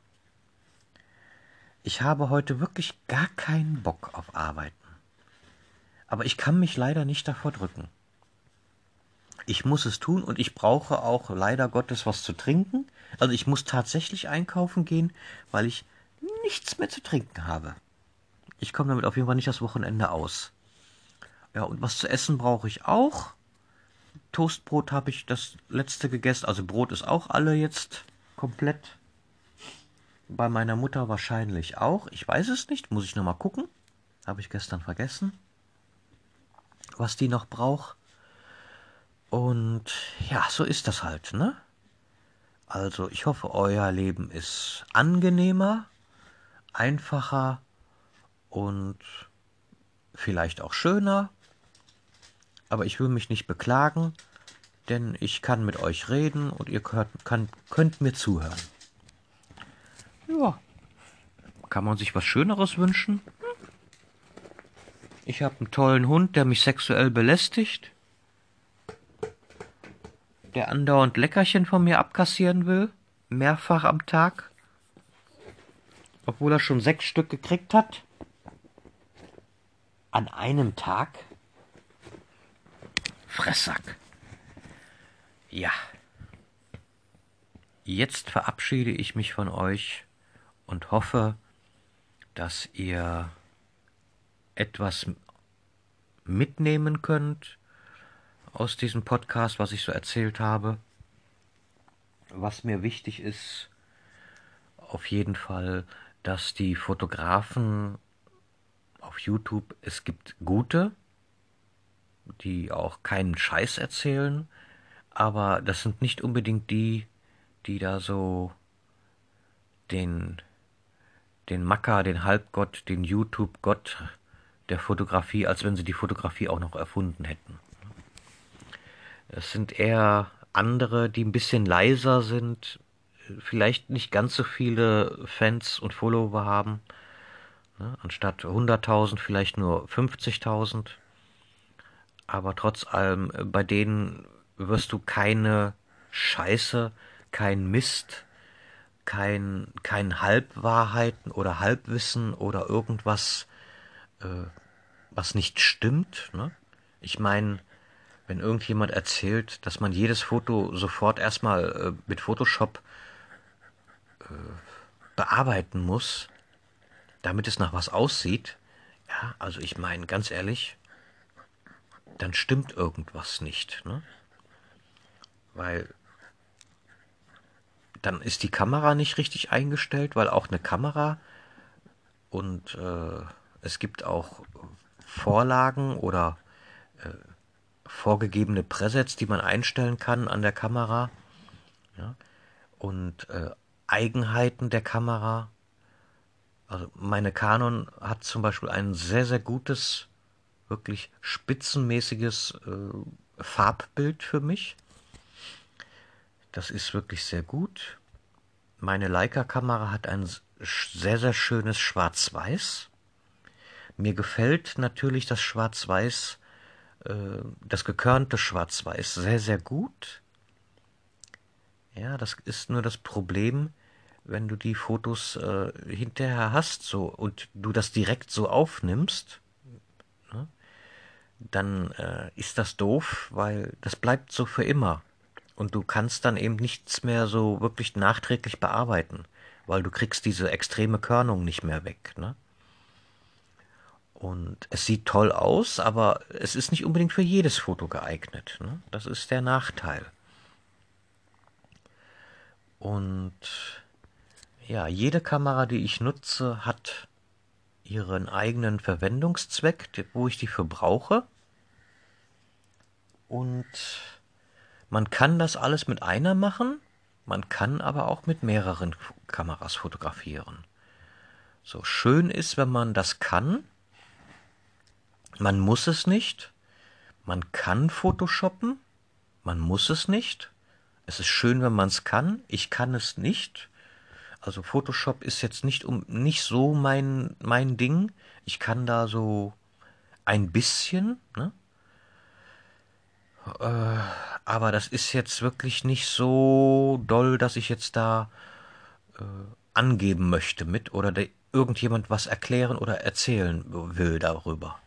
Ich habe heute wirklich gar keinen Bock auf Arbeiten. Aber ich kann mich leider nicht davor drücken. Ich muss es tun und ich brauche auch leider Gottes was zu trinken. Also ich muss tatsächlich einkaufen gehen, weil ich nichts mehr zu trinken habe. Ich komme damit auf jeden Fall nicht das Wochenende aus. Ja, und was zu essen brauche ich auch. Toastbrot habe ich das letzte gegessen. Also Brot ist auch alle jetzt komplett. Bei meiner Mutter wahrscheinlich auch. Ich weiß es nicht. Muss ich nochmal gucken. Habe ich gestern vergessen, was die noch braucht. Und ja, so ist das halt, ne? Also ich hoffe, euer Leben ist angenehmer, einfacher und vielleicht auch schöner. Aber ich will mich nicht beklagen, denn ich kann mit euch reden und ihr könnt, kann, könnt mir zuhören. Ja, kann man sich was Schöneres wünschen? Ich habe einen tollen Hund, der mich sexuell belästigt, der andauernd Leckerchen von mir abkassieren will, mehrfach am Tag, obwohl er schon sechs Stück gekriegt hat. An einem Tag? Fresssack. Ja. Jetzt verabschiede ich mich von euch und hoffe, dass ihr etwas mitnehmen könnt aus diesem Podcast, was ich so erzählt habe. Was mir wichtig ist, auf jeden Fall, dass die Fotografen auf YouTube, es gibt gute, die auch keinen Scheiß erzählen, aber das sind nicht unbedingt die, die da so den, den Macker, den Halbgott, den YouTube-Gott der Fotografie, als wenn sie die Fotografie auch noch erfunden hätten. Es sind eher andere, die ein bisschen leiser sind, vielleicht nicht ganz so viele Fans und Follower haben, ne? Anstatt hunderttausend vielleicht nur fünfzigtausend. Aber trotz allem, bei denen wirst du keine Scheiße, kein Mist, kein, kein Halbwahrheiten oder Halbwissen oder irgendwas, äh, was nicht stimmt. Ne? Ich meine, wenn irgendjemand erzählt, dass man jedes Foto sofort erstmal äh, mit Photoshop bearbeiten muss, damit es nach was aussieht, ja, also ich meine, ganz ehrlich, dann stimmt irgendwas nicht, ne? Weil dann ist die Kamera nicht richtig eingestellt, weil auch eine Kamera und äh, es gibt auch Vorlagen oder vorgegebene Presets, die man einstellen kann an der Kamera, ja, und äh, Eigenheiten der Kamera. Also meine Canon hat zum Beispiel ein sehr, sehr gutes, wirklich spitzenmäßiges äh, Farbbild für mich. Das ist wirklich sehr gut. Meine Leica-Kamera hat ein sehr, sehr schönes Schwarz-Weiß. Mir gefällt natürlich das Schwarz-Weiß, äh, das gekörnte Schwarz-Weiß sehr, sehr gut. Ja, das ist nur das Problem, wenn du die Fotos äh, hinterher hast so und du das direkt so aufnimmst, ne, dann äh, ist das doof, weil das bleibt so für immer. Und du kannst dann eben nichts mehr so wirklich nachträglich bearbeiten, weil du kriegst diese extreme Körnung nicht mehr weg, ne? Und es sieht toll aus, aber es ist nicht unbedingt für jedes Foto geeignet, ne? Das ist der Nachteil. Und ja, jede Kamera, die ich nutze, hat ihren eigenen Verwendungszweck, wo ich die für brauche. Und man kann das alles mit einer machen, man kann aber auch mit mehreren Kameras fotografieren. So schön ist, wenn man das kann. Man muss es nicht. Man kann Photoshoppen. Man muss es nicht. Es ist schön, wenn man es kann. Ich kann es nicht. Also Photoshop ist jetzt nicht um nicht so mein mein Ding. Ich kann da so ein bisschen, ne? Äh, aber das ist jetzt wirklich nicht so doll, dass ich jetzt da angeben möchte mit oder der, irgendjemand was erklären oder erzählen will darüber.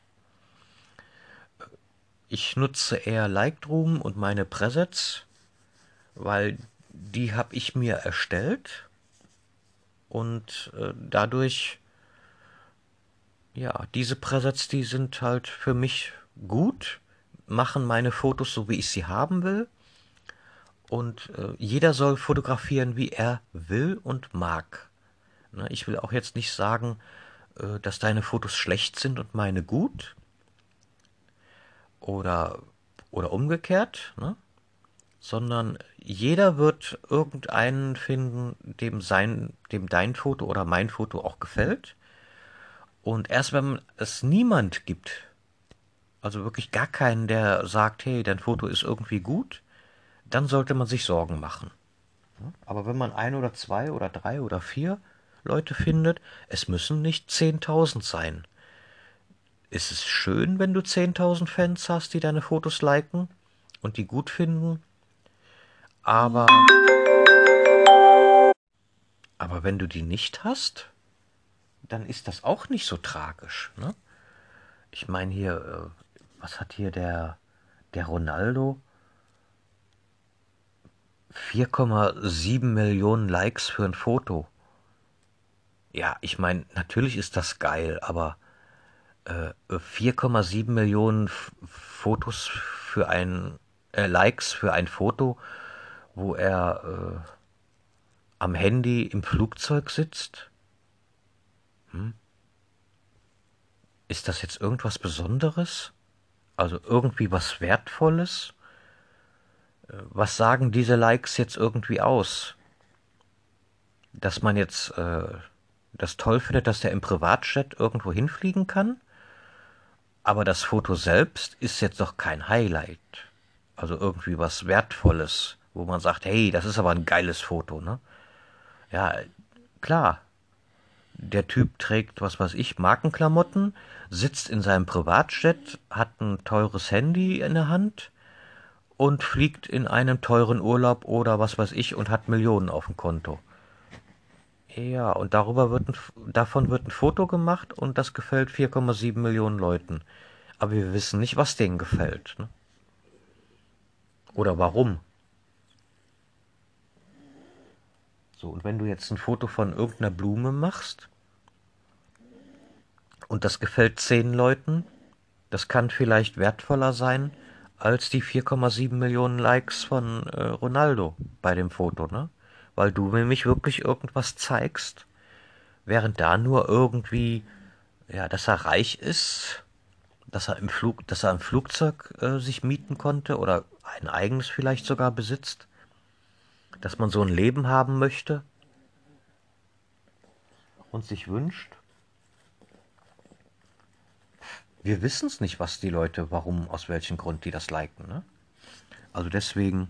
Ich nutze eher Lightroom und meine Presets, weil die habe ich mir erstellt und äh, dadurch, ja, diese Presets, die sind halt für mich gut, machen meine Fotos so, wie ich sie haben will. Und äh, jeder soll fotografieren, wie er will und mag. Ne, ich will auch jetzt nicht sagen, äh, dass deine Fotos schlecht sind und meine gut. Oder, oder umgekehrt, ne? Sondern jeder wird irgendeinen finden, dem sein, dem dein Foto oder mein Foto auch gefällt. Und erst wenn es niemand gibt, also wirklich gar keinen, der sagt, hey, dein Foto ist irgendwie gut, dann sollte man sich Sorgen machen. Aber wenn man ein oder zwei oder drei oder vier Leute findet, es müssen nicht zehntausend sein. Es ist schön, wenn du zehntausend Fans hast, die deine Fotos liken und die gut finden, aber, aber wenn du die nicht hast, dann ist das auch nicht so tragisch, ne? Ich meine hier, äh, was hat hier der, der Ronaldo? vier Komma sieben Millionen Likes für ein Foto. Ja, ich meine, natürlich ist das geil, aber äh, vier Komma sieben Millionen F Fotos für ein, äh, Likes für ein Foto, wo er äh, am Handy im Flugzeug sitzt? Hm? Ist das jetzt irgendwas Besonderes? Also irgendwie was Wertvolles? Äh, Was sagen diese Likes jetzt irgendwie aus? Dass man jetzt äh, das toll findet, dass der im Privatjet irgendwo hinfliegen kann? Aber das Foto selbst ist jetzt doch kein Highlight. Also irgendwie was Wertvolles, wo man sagt, hey, das ist aber ein geiles Foto, ne? Ja, klar. Der Typ trägt, was weiß ich, Markenklamotten, sitzt in seinem Privatjet, hat ein teures Handy in der Hand und fliegt in einen teuren Urlaub oder was weiß ich und hat Millionen auf dem Konto. Ja, und darüber wird ein, davon wird ein Foto gemacht und das gefällt vier Komma sieben Millionen Leuten. Aber wir wissen nicht, was denen gefällt, ne? Oder warum. So, und wenn du jetzt ein Foto von irgendeiner Blume machst und das gefällt zehn Leuten, das kann vielleicht wertvoller sein als die vier Komma sieben Millionen Likes von äh, Ronaldo bei dem Foto, ne? Weil du nämlich wirklich irgendwas zeigst, während da nur irgendwie, ja, dass er reich ist, dass er im Flug, dass er ein Flugzeug äh, sich mieten konnte oder ein eigenes vielleicht sogar besitzt, dass man so ein Leben haben möchte und sich wünscht. Wir wissen es nicht, was die Leute, warum, aus welchem Grund die das liken. Ne? Also deswegen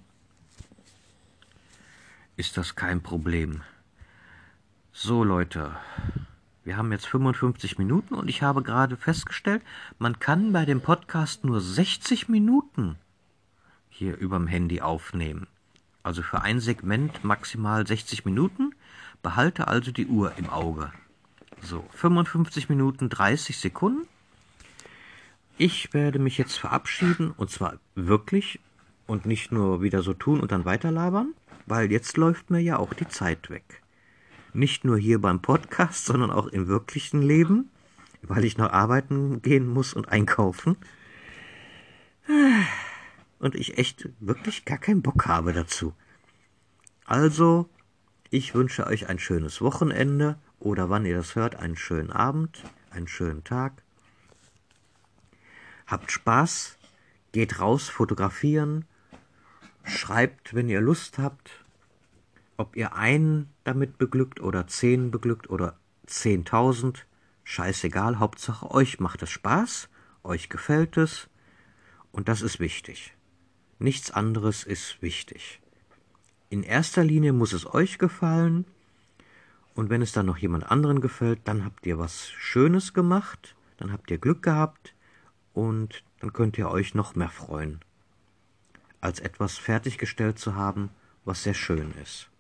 ist das kein Problem. So Leute, wir haben jetzt fünfundfünfzig Minuten und ich habe gerade festgestellt, man kann bei dem Podcast nur sechzig Minuten hier überm Handy aufnehmen. Also für ein Segment maximal sechzig Minuten. Behalte also die Uhr im Auge. So, fünfundfünfzig Minuten, dreißig Sekunden. Ich werde mich jetzt verabschieden und zwar wirklich und nicht nur wieder so tun und dann weiterlabern, weil jetzt läuft mir ja auch die Zeit weg. Nicht nur hier beim Podcast, sondern auch im wirklichen Leben, weil ich noch arbeiten gehen muss und einkaufen. Und ich echt wirklich gar keinen Bock habe dazu. Also, ich wünsche euch ein schönes Wochenende oder wann ihr das hört, einen schönen Abend, einen schönen Tag. Habt Spaß, geht raus, fotografieren, schreibt, wenn ihr Lust habt, ob ihr einen damit beglückt oder zehn beglückt oder zehntausend, scheißegal, Hauptsache euch macht es Spaß, euch gefällt es und das ist wichtig. Nichts anderes ist wichtig. In erster Linie muss es euch gefallen und wenn es dann noch jemand anderen gefällt, dann habt ihr was Schönes gemacht, dann habt ihr Glück gehabt und dann könnt ihr euch noch mehr freuen, als etwas fertiggestellt zu haben, was sehr schön ist.